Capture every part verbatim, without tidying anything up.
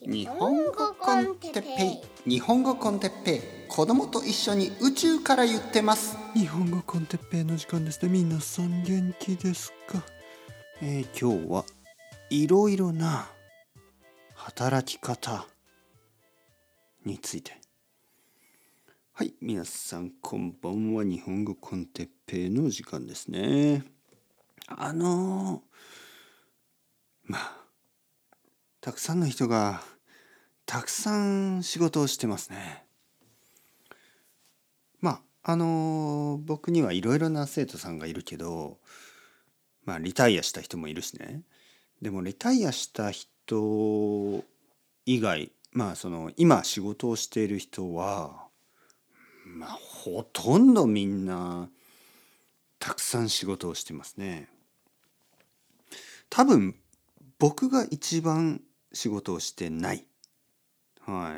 日本語コンテッペイ日本語コンテッペイ子供と一緒に宇宙から言ってます。 日本語コンテッペイの時間ですね。皆さん元気ですか？えー、今日はいろいろな働き方について。はい、皆さんこんばんは。日本語コンテッペイの時間ですね。あのー、まあたくさんの人がたくさん仕事をしてますね。まああのー、僕にはいろいろな生徒さんがいるけど、まあリタイアした人もいるしね。でもリタイアした人以外、まあその今仕事をしている人は、まあほとんどみんなたくさん仕事をしてますね。多分僕が一番仕事をしてない。はい。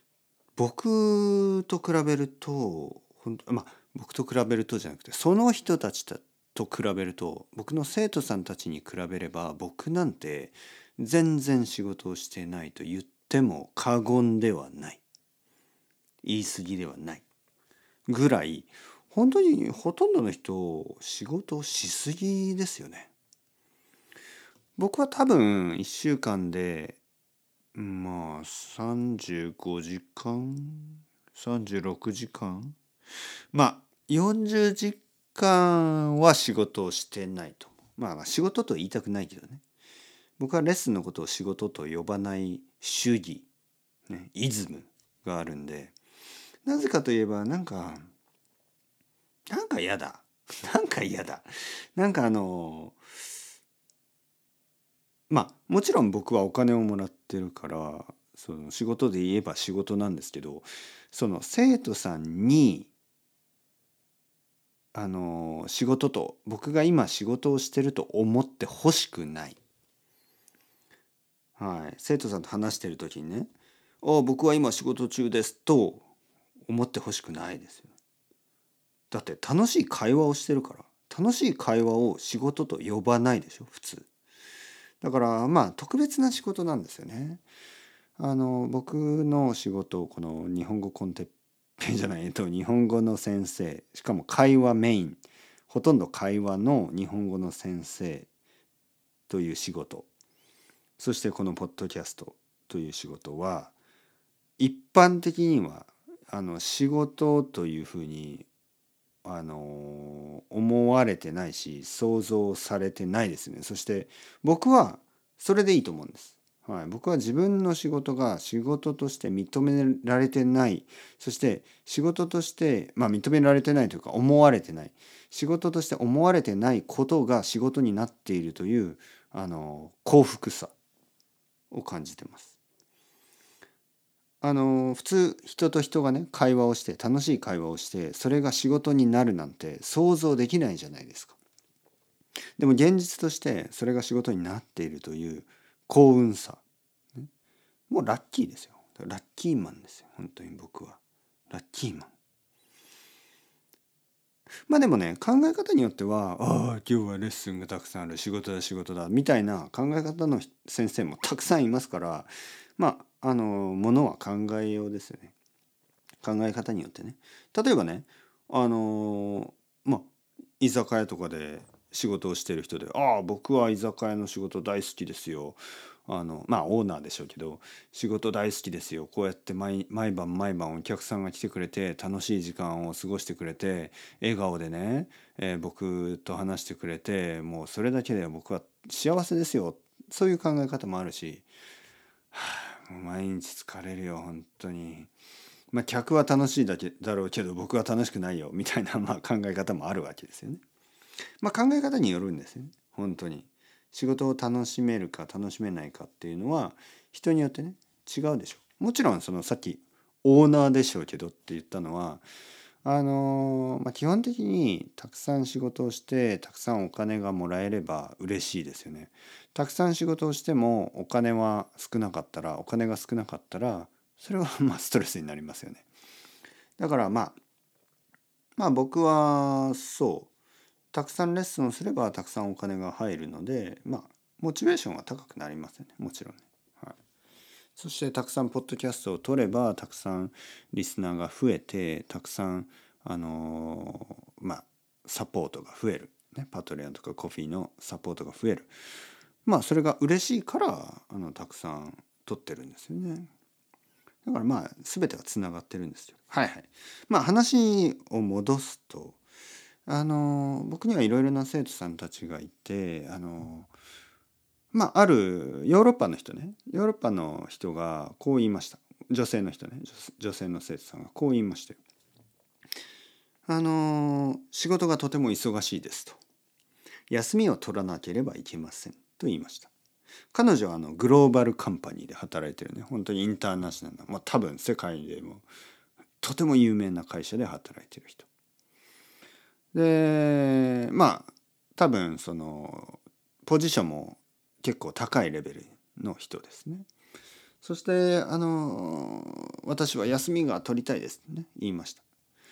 僕と比べると、ほんとまあ僕と比べるとじゃなくて、その人たちと比べると、僕の生徒さんたちに比べれば、僕なんて全然仕事をしてないと言っても過言ではない。言い過ぎではない。ぐらい、本当にほとんどの人、仕事をしすぎですよね。僕は多分いっしゅうかんで、まあさんじゅうごじかん、さんじゅうろくじかん、まあよんじゅうじかんは仕事をしてないと思う。まあ仕事と言いたくないけどね。僕はレッスンのことを仕事と呼ばない主義、ね、イズムがあるんで、なぜかといえばなんかなんか嫌だ。なんか嫌だ。なんかあのまあもちろん僕はお金をもらってるから、その仕事で言えば仕事なんですけど、その生徒さんにあの仕事と僕が今仕事をしてると思ってほしくない。はい、生徒さんと話してる時にね、「ああ僕は今仕事中です」と思ってほしくないですよ。だって楽しい会話をしてるから。楽しい会話を仕事と呼ばないでしょ普通。だからまあ特別な仕事なんですよね。あの僕の仕事、この日本語コンテッペイじゃないえっと日本語の先生、しかも会話メイン、ほとんど会話の日本語の先生という仕事、そしてこのポッドキャストという仕事は一般的にはあの仕事というふうにあの思われてないし想像されてないですね。そして僕はそれでいいと思うんです。はい、僕は自分の仕事が仕事として認められてない、そして仕事としてまあ認められてないというか思われてない、仕事として思われてないことが仕事になっているというあの幸福さを感じてます。あの普通人と人がね会話をして楽しい会話をしてそれが仕事になるなんて想像できないじゃないですか。でも現実としてそれが仕事になっているという幸運さ、ね、もうラッキーですよ。ラッキーマンですよ本当に僕は。ラッキーマン。まあでもね考え方によってはああ今日はレッスンがたくさんある仕事だ仕事だみたいな考え方の先生もたくさんいますから、まああのものは考えようですよね。考え方によってね。例えばねあのまあ居酒屋とかで仕事をしてる人で「ああ僕は居酒屋の仕事大好きですよ」、あのまあオーナーでしょうけど「仕事大好きですよ。こうやって毎毎晩毎晩お客さんが来てくれて楽しい時間を過ごしてくれて笑顔でね、えー僕と話してくれてもうそれだけで僕は幸せですよ」、そういう考え方もあるし、はあ、もう毎日疲れるよ本当に。まあ客は楽しいだけだろうけど僕は楽しくないよみたいなまあ考え方もあるわけですよね。まあ考え方によるんですよね本当に。仕事を楽しめるか楽しめないかっていうのは人によってね違うでしょう。もちろんそのさっきオーナーでしょうけどって言ったのはあのーまあ、基本的にたくさん仕事をしてたくさんお金がもらえれば嬉しいですよね。たくさん仕事をしてもお金は少なかったらお金が少なかったらそれはまあストレスになりますよね。だからまあまあ僕はそうたくさんレッスンをすればたくさんお金が入るのでまあモチベーションは高くなりますよねもちろんね。はい、 そしてたくさんポッドキャストを取ればたくさんリスナーが増えて、たくさんあのまあサポートが増える、ね、パトレオンとかコフィーのサポートが増える。まあそれが嬉しいからあのたくさん取ってるんですよね。だからまあ全てはつながってるんですよ。はいはい。まあ話を戻すと、あの僕にはいろいろな生徒さんたちがいて、あのまああるヨーロッパの人ね、ヨーロッパの人がこう言いました。女性の人ね、女性の生徒さんがこう言いましたよ。あの仕事がとても忙しいですと。休みを取らなければいけませんと言いました。彼女はあのグローバルカンパニーで働いてるね、本当にインターナショナルな、まあ、多分世界でもとても有名な会社で働いてる人で、まあ多分そのポジションも結構高いレベルの人ですね。そしてあの私は休みが取りたいですってね言いました。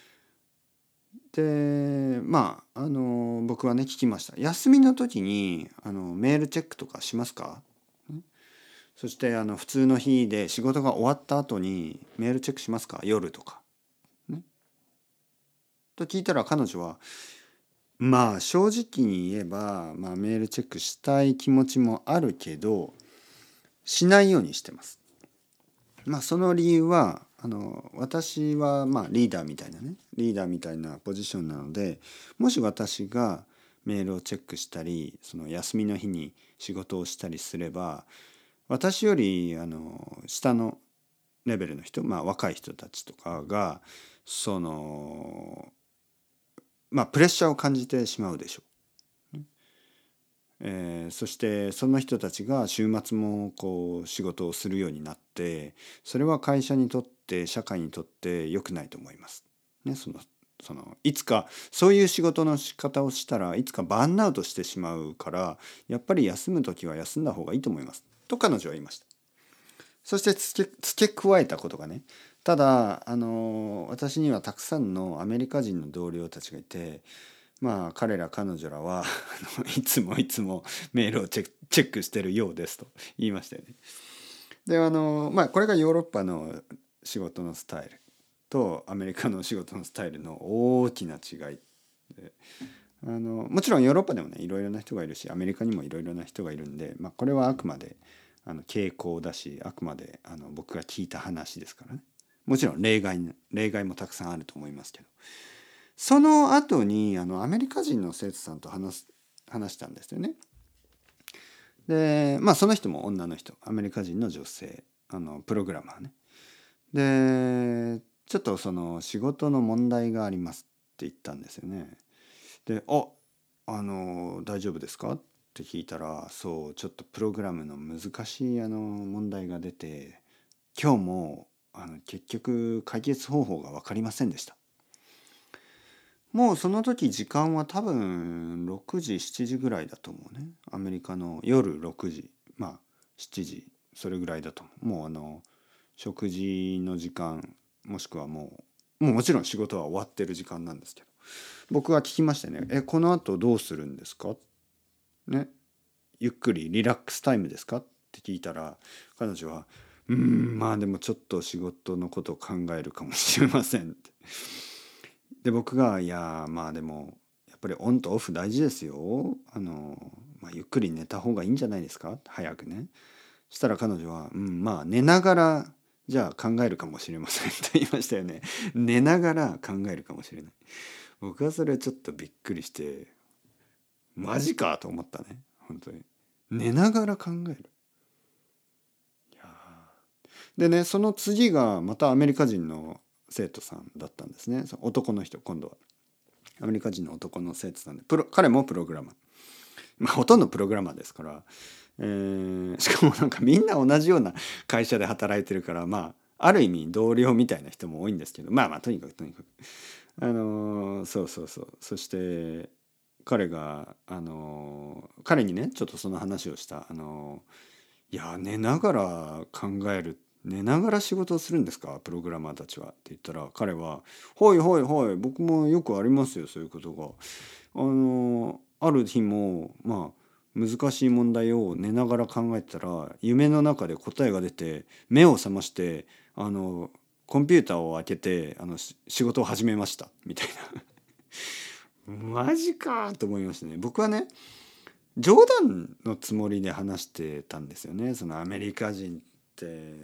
でまああの僕はね聞きました。休みの時にあのメールチェックとかしますか？そしてあの普通の日で仕事が終わった後にメールチェックしますか？夜とか、ね。と聞いたら彼女はまあ正直に言えば、まあ、メールチェックしたい気持ちもあるけどしないようにしてます。まあその理由はあの私はまあリーダーみたいなねリーダーみたいなポジションなので、もし私がメールをチェックしたりその休みの日に仕事をしたりすれば、私よりあの下のレベルの人、まあ若い人たちとかがそのまあプレッシャーを感じてしまうでしょう。えー、そしてその人たちが週末もこう仕事をするようになって、それは会社にとって社会にとって良くないと思います。ね、そのそのいつかそういう仕事の仕方をしたらいつかバーンアウトしてしまうから、やっぱり休む時は休んだ方がいいと思いますと彼女は言いました。そして付け、付け加えたことがね、ただあの私にはたくさんのアメリカ人の同僚たちがいて、まあ彼ら彼女らはいつもいつもメールをチェック、チェックしてるようですと言いましたよね。であのまあこれがヨーロッパの仕事のスタイルとアメリカの仕事のスタイルの大きな違いで、あのもちろんヨーロッパでもねいろいろな人がいるし、アメリカにもいろいろな人がいるんで、まあ、これはあくまであの傾向だし、あくまであの僕が聞いた話ですからね。もちろん例外例外もたくさんあると思いますけど、その後にあのアメリカ人の生徒さんと話す話したんですよね。でまあその人も女の人、アメリカ人の女性、あのプログラマーね。でちょっとその仕事の問題がありますって言ったんですよね。で「ああの大丈夫ですか？」って聞いたら、そうちょっとプログラムの難しいあの問題が出て、今日もあの結局解決方法が分かりませんでした。もうその時時間は多分ろくじしちじぐらいだと思うね。アメリカの夜ろくじ、まあしちじそれぐらいだと思う。もうあの食事の時間、もしくはもうもうもちろん仕事は終わってる時間なんですけど、僕は聞きましたね。えこの後どうするんですかね、ゆっくりリラックスタイムですかって聞いたら、彼女はうーんまあでもちょっと仕事のことを考えるかもしれませんって。で僕がいやまあでもやっぱりオンとオフ大事ですよ。あの、まあ、ゆっくり寝た方がいいんじゃないですか早くね。そしたら彼女はうんまあ寝ながらじゃあ考えるかもしれませんと言いましたよね。寝ながら考えるかもしれない。僕はそれちょっとびっくりしてマジかと思ったね。本当に寝ながら考える。いやでね、その次がまたアメリカ人の生徒さんだったんですね。男の人、今度はアメリカ人の男の生徒さんで、プロ彼もプログラマー、まあほとんどプログラマーですから、えー、しかもなんかみんな同じような会社で働いてるから、まあある意味同僚みたいな人も多いんですけど、まあまあとにかくとにかくあのーそうそうそう、そして彼があのー彼にねちょっとその話をした。あのーいや寝ながら考える、寝ながら仕事をするんですかプログラマーたちはって言ったら、彼ははいはいはい僕もよくありますよそういうことが。あのある日もまあ難しい問題を寝ながら考えてたら夢の中で答えが出て目を覚ましてあのコンピューターを開けてあの仕事を始めましたみたいなマジかと思いましたね。僕はね冗談のつもりで話してたんですよね。そのアメリカ人って、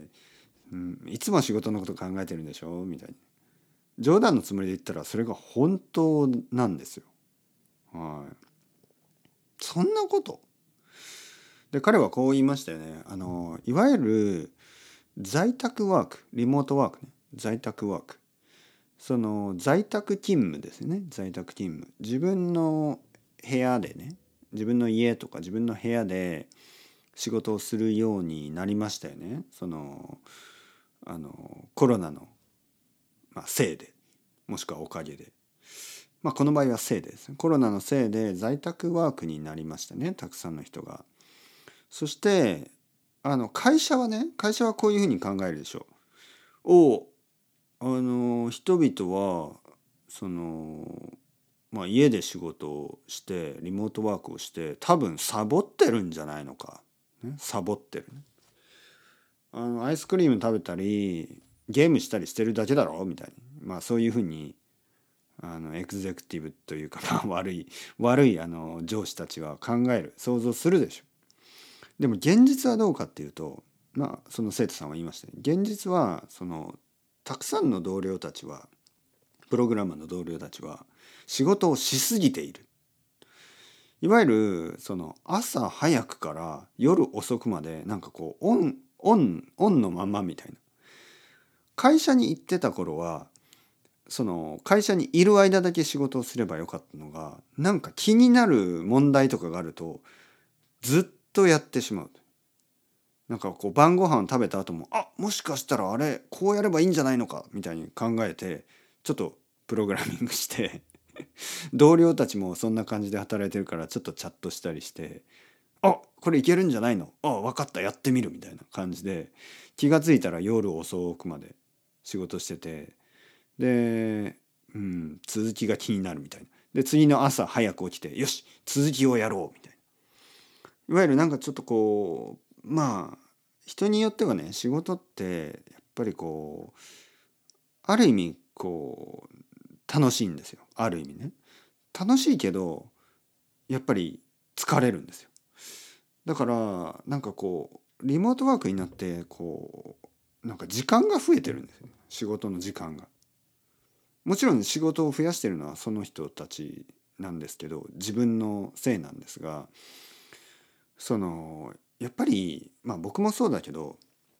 うん、いつも仕事のこと考えてるんでしょみたいな冗談のつもりで言ったらそれが本当なんですよ。はい。そんなことで彼はこう言いましたよね。あのいわゆる在宅ワークリモートワークね在宅ワークその在宅勤務ですね。在宅勤務自分の部屋でね自分の家とか自分の部屋で仕事をするようになりましたよね。そのあのコロナの、まあ、せいでもしくはおかげでまあこの場合はせいです。コロナのせいで在宅ワークになりましたね。たくさんの人が。そしてあの会社はね会社はこういうふうに考えるでしょう。おあの人々はその、まあ、家で仕事をしてリモートワークをして多分サボってるんじゃないのか、ね、サボってる、ね、あのアイスクリーム食べたりゲームしたりしてるだけだろみたいな、まあ、そういうふうにあのエグゼクティブというか、まあ、悪い悪いあの上司たちは考える想像するでしょ。でも現実はどうかっていうと、まあその生徒さんは言いましたね。現実はそのたくさんの同僚たちはプログラマーの同僚たちは仕事をしすぎている。いわゆるその朝早くから夜遅くまでなんかこうオンオンオンのままみたいな。会社に行ってた頃はその会社にいる間だけ仕事をすればよかったのがなんか気になる問題とかがあるとずっとやってしまう。なんかこう晩ご飯食べた後もあもしかしたらあれこうやればいいんじゃないのかみたいに考えてちょっとプログラミングして同僚たちもそんな感じで働いてるからちょっとチャットしたりしてあこれいけるんじゃないのあ分かったやってみるみたいな感じで気がついたら夜遅くまで仕事しててで、うん、続きが気になるみたいなで次の朝早く起きてよし続きをやろうみたいないわゆるなんかちょっとこうまあ人によってはね仕事ってやっぱりこうある意味こう楽しいんですよ。ある意味ね楽しいけどやっぱり疲れるんですよ。だからなんかこうリモートワークになってこうなんか時間が増えてるんですよ。仕事の時間がもちろん仕事を増やしてるのはその人たちなんですけど自分のせいなんですがそのやっぱりまあ僕もそうだけど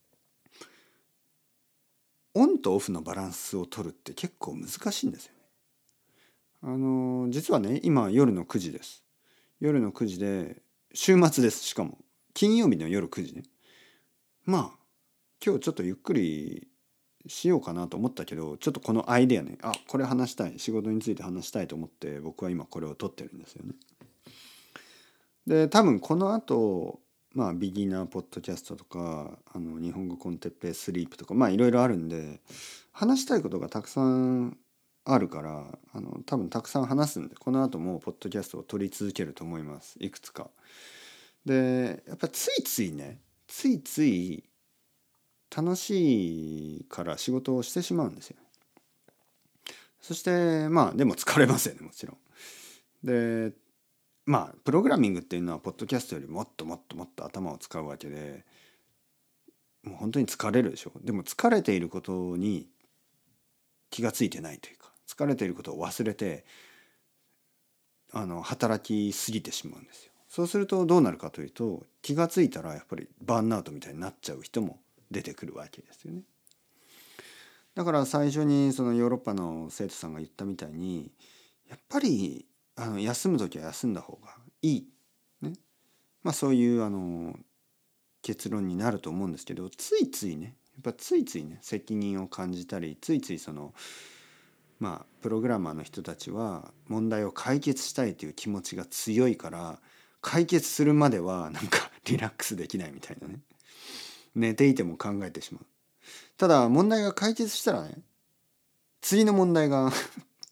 オンとオフのバランスを取るって結構難しいんですよね。あの実はね今夜のくじです。夜のくじで週末です。しかも金曜日の夜くじね。まあ今日ちょっとゆっくりしようかなと思ったけどちょっとこのアイデアねあこれ話したい仕事について話したいと思って僕は今これを撮ってるんですよね。で多分この後まあビギナーポッドキャストとかあの日本語コンテッペイスリープとかまあいろいろあるんで話したいことがたくさんあるからあの多分たくさん話すんでこの後もポッドキャストを取り続けると思いますいくつか。でやっぱついついねついつい楽しいから仕事をしてしまうんですよ。そしてまあでも疲れますよねもちろん。でまあプログラミングっていうのはポッドキャストよりもっともっともっと頭を使うわけでもう本当に疲れるでしょ。でも疲れていることに気がついてないというか疲れていることを忘れてあの働きすぎてしまうんですよ。そうするとどうなるかというと気がついたらやっぱりバーンアウトみたいになっちゃう人も出てくるわけですよね。だから最初にそのヨーロッパの生徒さんが言ったみたいにやっぱりあの休む時は休んだ方がいい、ねまあ、そういうあの結論になると思うんですけどついついねやっぱついついね責任を感じたりついついそのまあプログラマーの人たちは問題を解決したいという気持ちが強いから解決するまではなんかリラックスできないみたいなね寝ていても考えてしまう。ただ問題が解決したらね次の問題が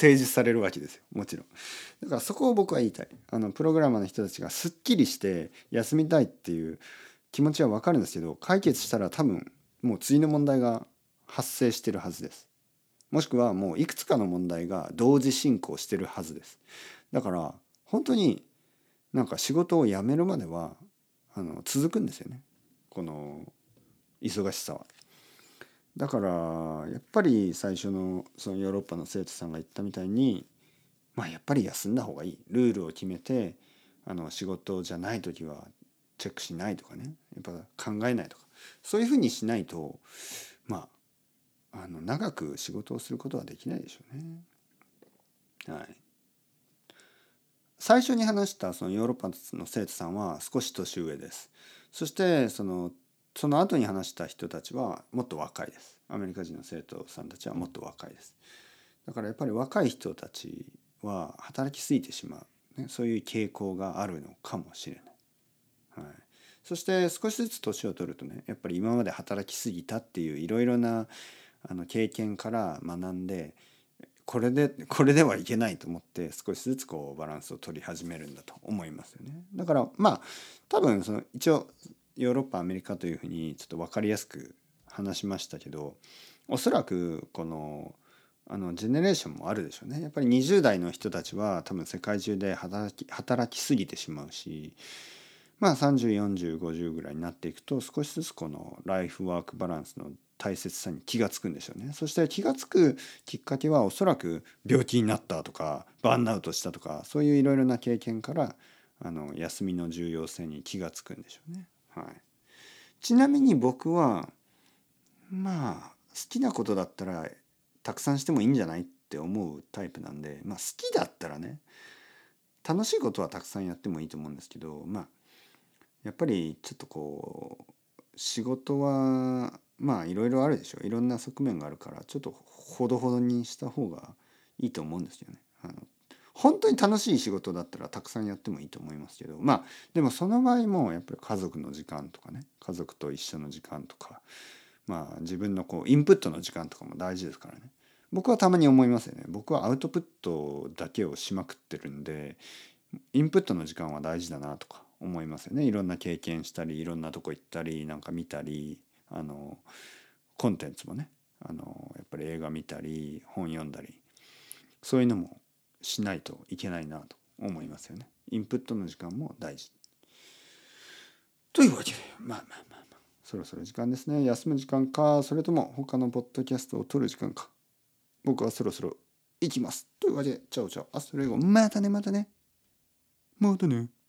提示されるわけですよ、もちろん。だからそこを僕は言いたい。あのプログラマーの人たちがすっきりして休みたいっていう気持ちは分かるんですけど、解決したら多分もう次の問題が発生してるはずです。もしくはもういくつかの問題が同時進行してるはずです。だから本当になんか仕事を辞めるまではあの続くんですよね、この忙しさは。だからやっぱり最初のそのヨーロッパの生徒さんが言ったみたいに、まあやっぱり休んだ方がいい。ルールを決めて、あの仕事じゃない時はチェックしないとかね、やっぱ考えないとか、そういうふうにしないと、まああの長く仕事をすることはできないでしょうね。はい。最初に話したそのヨーロッパの生徒さんは少し年上です。そしてそのその後に話した人たちはもっと若いです。アメリカ人の生徒さんたちはもっと若いです。だからやっぱり若い人たちは働きすぎてしまう、ね、そういう傾向があるのかもしれない。はい、そして少しずつ年を取るとね、やっぱり今まで働きすぎたっていういろいろなあの経験から学んで、これでこれではいけないと思って少しずつこうバランスを取り始めるんだと思いますよね。だからまあ多分その一応ヨーロッパアメリカというふうにちょっと分かりやすく話しましたけど、おそらくこのあのジェネレーションもあるでしょうね。やっぱりにじゅう代の人たちは多分世界中で働き働きすぎてしまうし、まあさんじゅう、よんじゅう、ごじゅうぐらいになっていくと少しずつこのライフワークバランスの大切さに気がつくんでしょうね。そして気がつくきっかけはおそらく病気になったとかバーンアウトしたとか、そういういろいろな経験からあの休みの重要性に気がつくんでしょうね。はい。ちなみに僕はまあ好きなことだったらたくさんしてもいいんじゃないって思うタイプなんで、まあ好きだったらね、楽しいことはたくさんやってもいいと思うんですけど、まあやっぱりちょっとこう仕事はまあいろいろあるでしょう。いろんな側面があるからちょっとほどほどにした方がいいと思うんですよね。あの本当に楽しい仕事だったらたくさんやってもいいと思いますけど、まあでもその場合もやっぱり家族の時間とかね、家族と一緒の時間とか、まあ自分のこうインプットの時間とかも大事ですからね。僕はたまに思いますよね。僕はアウトプットだけをしまくってるんで、インプットの時間は大事だなとか思いますよね。いろんな経験したり、いろんなとこ行ったり、なんか見たり、あのコンテンツもね、あのやっぱり映画見たり、本読んだり、そういうのもしないといけないなと思いますよね。インプットの時間も大事。というわけで、まあまあまあまあ、そろそろ時間ですね。休む時間か、それとも他のポッドキャストを撮る時間か。僕はそろそろ行きます。というわけで、チャオチャオ。あ、それをまたね、またね。またね。